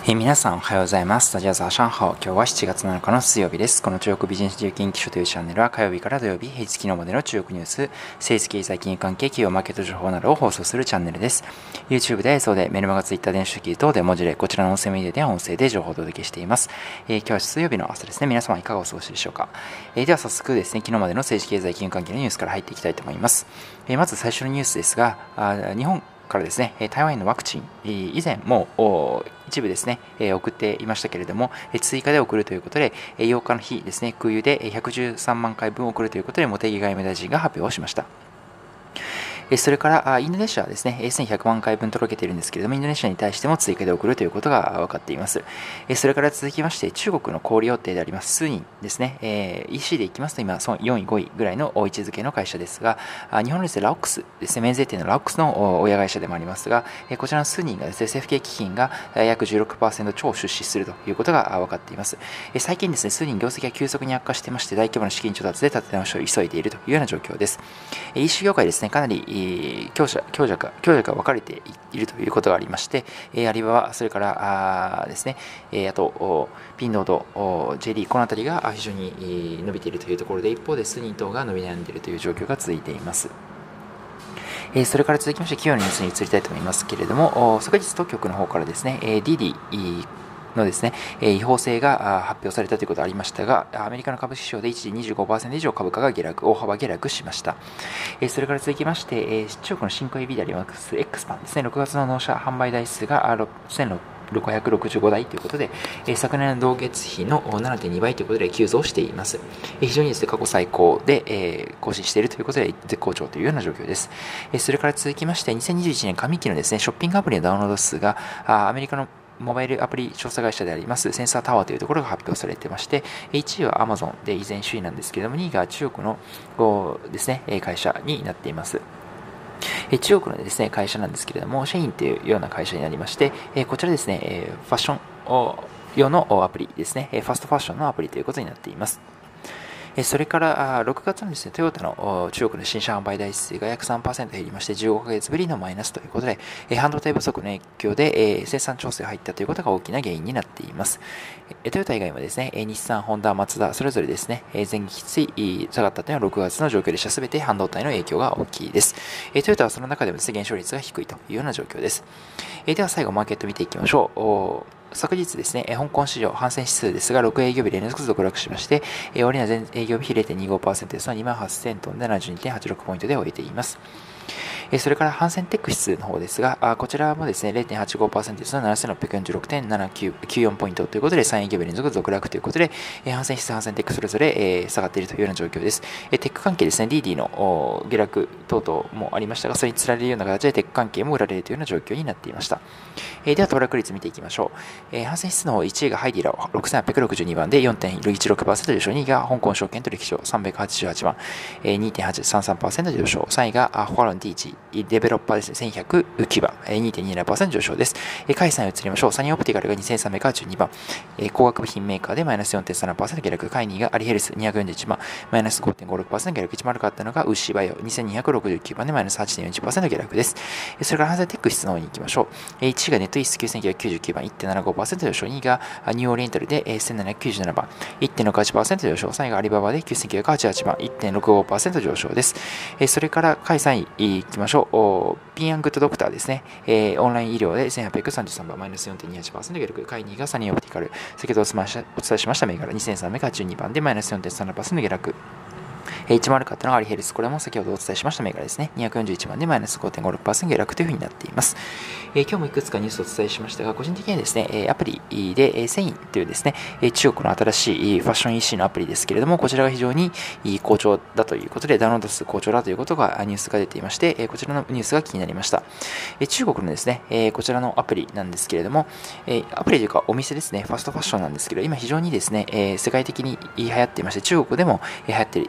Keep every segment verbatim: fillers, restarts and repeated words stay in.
えー、皆さんおはようございます。大家早上好。今日はしちがつなのかの水曜日です。この中国ビジネス自由研究所というチャンネルは火曜日から土曜日、平日昨日までの中国ニュース、政治経済金融関係、企業マーケット情報などを放送するチャンネルです。YouTube で映像で、メルマガ、Twitter、電子書籍等で文字で、こちらの音声メディアでは音声で情報をお届けしています。えー、今日は水曜日の朝ですね。皆様いかがお過ごしでしょうか。えー、では早速ですね、昨日までの政治経済金融関係のニュースから入っていきたいと思います。えー、まず最初のニュースですが、あ日本からですね、台湾へのワクチン、以前も一部ですね、送っていましたけれども、追加で送るということで、ようかの日ですね、空輸でひゃくじゅうさんまんかいぶん送るということで、茂木外務大臣が発表をしました。それからインドネシアはですね、せんひゃくまんかいぶん届けているんですけれども、インドネシアに対しても追加で送るということが分かっています。それから続きまして、中国の小売予定であります数人ですね、イーシー でいきますと今、よんい、ごいぐらいの位置づけの会社ですが、日本のですね、ラオックスですね、免税店のラオックスの親会社でもありますが、こちらの数人がですね、政府系基金が約 じゅうろくパーセント 超出資するということが分かっています。最近ですね、数人業績が急速に悪化していまして、大規模な資金調達で立て直しを急いでいるというような状況です。イーシー 業界ですね、かなり強者、強弱が、強弱が分かれているということがありまして、えー、アリババ、それからあですね、えー、あと、ピンロード、ジェリー、このあたりが非常に伸びているというところで、一方でスニー等が伸び悩んでいるという状況が続いています。えー、それから続きまして、企業のニュースに移りたいと思いますけれども、昨日当局の方からですね、ディディのですね、違法性が発表されたということがありましたが、アメリカの株式市場で一時 にじゅうごパーセント 以上株価が下落、大幅下落しました。それから続きまして、中国の新興 イーブイ であります X パンですね、ろくがつの納車販売台数がせんろっぴゃくろくじゅうごだいということで、昨年の同月比の ななてんにばいということで急増しています。非常にですね、過去最高で更新しているということで絶好調というような状況です。それから続きまして、にせんにじゅういちねん上期のですね、ショッピングアプリのダウンロード数がアメリカのモバイルアプリ調査会社でありますセンサータワーというところが発表されていまして、いちいは Amazon で依然首位なんですけれども、にいが中国のですね、会社になっています。中国のですね、会社なんですけれども、シェインというような会社になりまして、こちらですね、ファッション用のアプリですね、ファストファッションのアプリということになっています。それからろくがつのですね、トヨタの中国の新車販売台数が約 さんパーセント 減りまして、じゅうごかげつぶりのマイナスということで、半導体不足の影響で生産調整が入ったということが大きな原因になっています。トヨタ以外もですね、日産、ホンダ、マツダ、それぞれですね、前期つい下がったというのはろくがつの状況でした。すべて半導体の影響が大きいです。トヨタはその中でもですね、減少率が低いというような状況です。では最後、マーケット見ていきましょう。昨日ですね、香港市場、反戦指数ですが、ろく営業日連続続落しまして、終値は前営業日比 れいてんにごパーセント ですが、にまんはっせんトンで ななじゅうにてんはちろく ポイントで終えています。それから反戦テック指数の方ですが、こちらもですね、れいてんはちごパーセント ですが、ななせんろっぴゃくよんじゅうろくてんななきゅうよん ポイントということで、さん営業日連続続落ということで、反戦指数、反戦テックそれぞれ下がっているというような状況です。テック関係ですね、ディーディー の下落等々もありましたが、それにつられるような形でテック関係も売られるというような状況になっていました。では、騰落率見ていきましょう。反戦指数のいちいがハイディラろくせんはっぴゃくろくじゅうにばんで よんてんいちろくパーセント 上昇、にいが香港証券取引所さんびゃくはちじゅうはちばん、にてんはちさんさんパーセント 上昇、さんいがフォアロン ティーワン デベロッパーせんひゃくきゅうばん、にてんにななパーセント 上昇です。下位さんに移りましょう。サニーオプティカルがにせんさんびゃくはちじゅうにばん、工学部品メーカーでマイナス よんてんさんななパーセント 下落、下位にいがアリヘルスにひゃくよんじゅういちばん、マイナス ごてんごろくパーセント 下落、一番悪かったのがウッシーバイオにせんにひゃくろくじゅうきゅうばんでマイナス はちてんよんいちパーセント 下落です。それから反戦テック室の方に行きましょう。いちいがネットイースきゅうせんきゅうひゃくきゅうじゅうきゅうばん、いってんななごパーセント 上昇、にいがニューオリエンタルでせんななひゃくきゅうじゅうななばん、いってんろくはちパーセント 上昇、さんいがアリババできゅうせんきゅうひゃくはちじゅうはちばん、いってんろくごパーセント 上昇です。それから下位さんい行きましょう。ピンアングッドドクターですね。えー、オンライン医療でせんはっぴゃくさんじゅうさんばん、マイナス よんてんにはちパーセント 下落、下位にいがサニーオプティカル、先ほどお伝えしました銘柄にせんさんびゃくはちじゅうにばんでマイナス よんてんさんななパーセント 下落。一番悪かったのがアリヘルス。これも先ほどお伝えしました銘柄ですね。にひゃくよんじゅういちばんでマイナス ごてんごろくパーセント 下落というふうになっています。えー、今日もいくつかニュースをお伝えしましたが、個人的にはですね、アプリでセインというですね、中国の新しいファッション イーシー のアプリですけれども、こちらが非常に好調だということで、ダウンロード数好調だということがニュースが出ていまして、こちらのニュースが気になりました。中国のですね、こちらのアプリなんですけれども、アプリというかお店ですね、ファストファッションなんですけど、今非常にですね、世界的に流行っていまして、中国でも流行っています。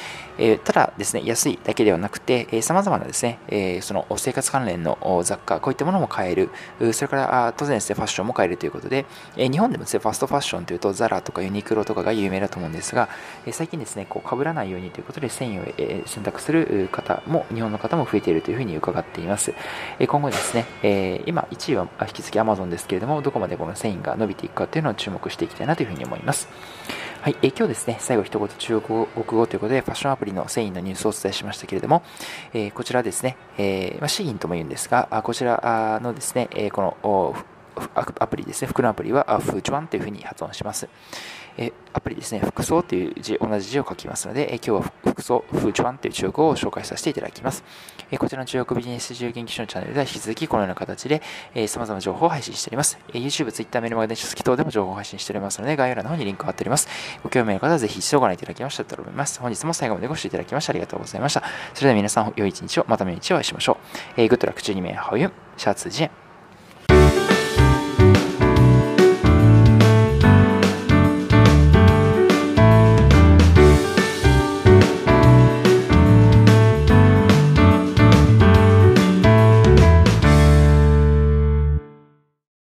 えー、ただですね、安いだけではなくて、えー、様々なですね、えー、その生活関連の雑貨、こういったものも買える、それからあ当然ですね、ファッションも買えるということで、えー、日本でもですね、ファストファッションというと、ザラとかユニクロとかが有名だと思うんですが、えー、最近ですね、こう被らないようにということで、繊維を、えー、選択する方も、日本の方も増えているというふうに伺っています。えー、今後ですね、えー、今いちいは引き続き Amazon ですけれども、どこまでこの繊維が伸びていくかというのを注目していきたいなというふうに思います。はい、えー、今日ですね、最後一言中国語ということで、ファッションアプリの繊維のニュースをお伝えしましたけれども、えー、こちらですね、えーまあ、シーインとも言うんですが、こちらのですね、えー、このアプリですね、服のアプリはフーチュワンというふうに発音します。えアプリですね、服装という字、同じ字を書きますので、え今日は服装、フーチュワンという中国語を紹介させていただきます。えこちらの中国ビジネス自由研究所のチャンネルでは引き続きこのような形で、えー、様々な情報を配信しております。え YouTube、Twitter、メルマガ電子書籍等でも情報を配信しておりますので、概要欄の方にリンクが貼っております。ご興味ある方はぜひ一度ご覧いただきましたと思います。本日も最後までご視聴いただきましてありがとうございました。それでは皆さん、良い一日を、また明日お会いしましょう。えー、グッドラックじゅうにめいハオユン、シャツジェン。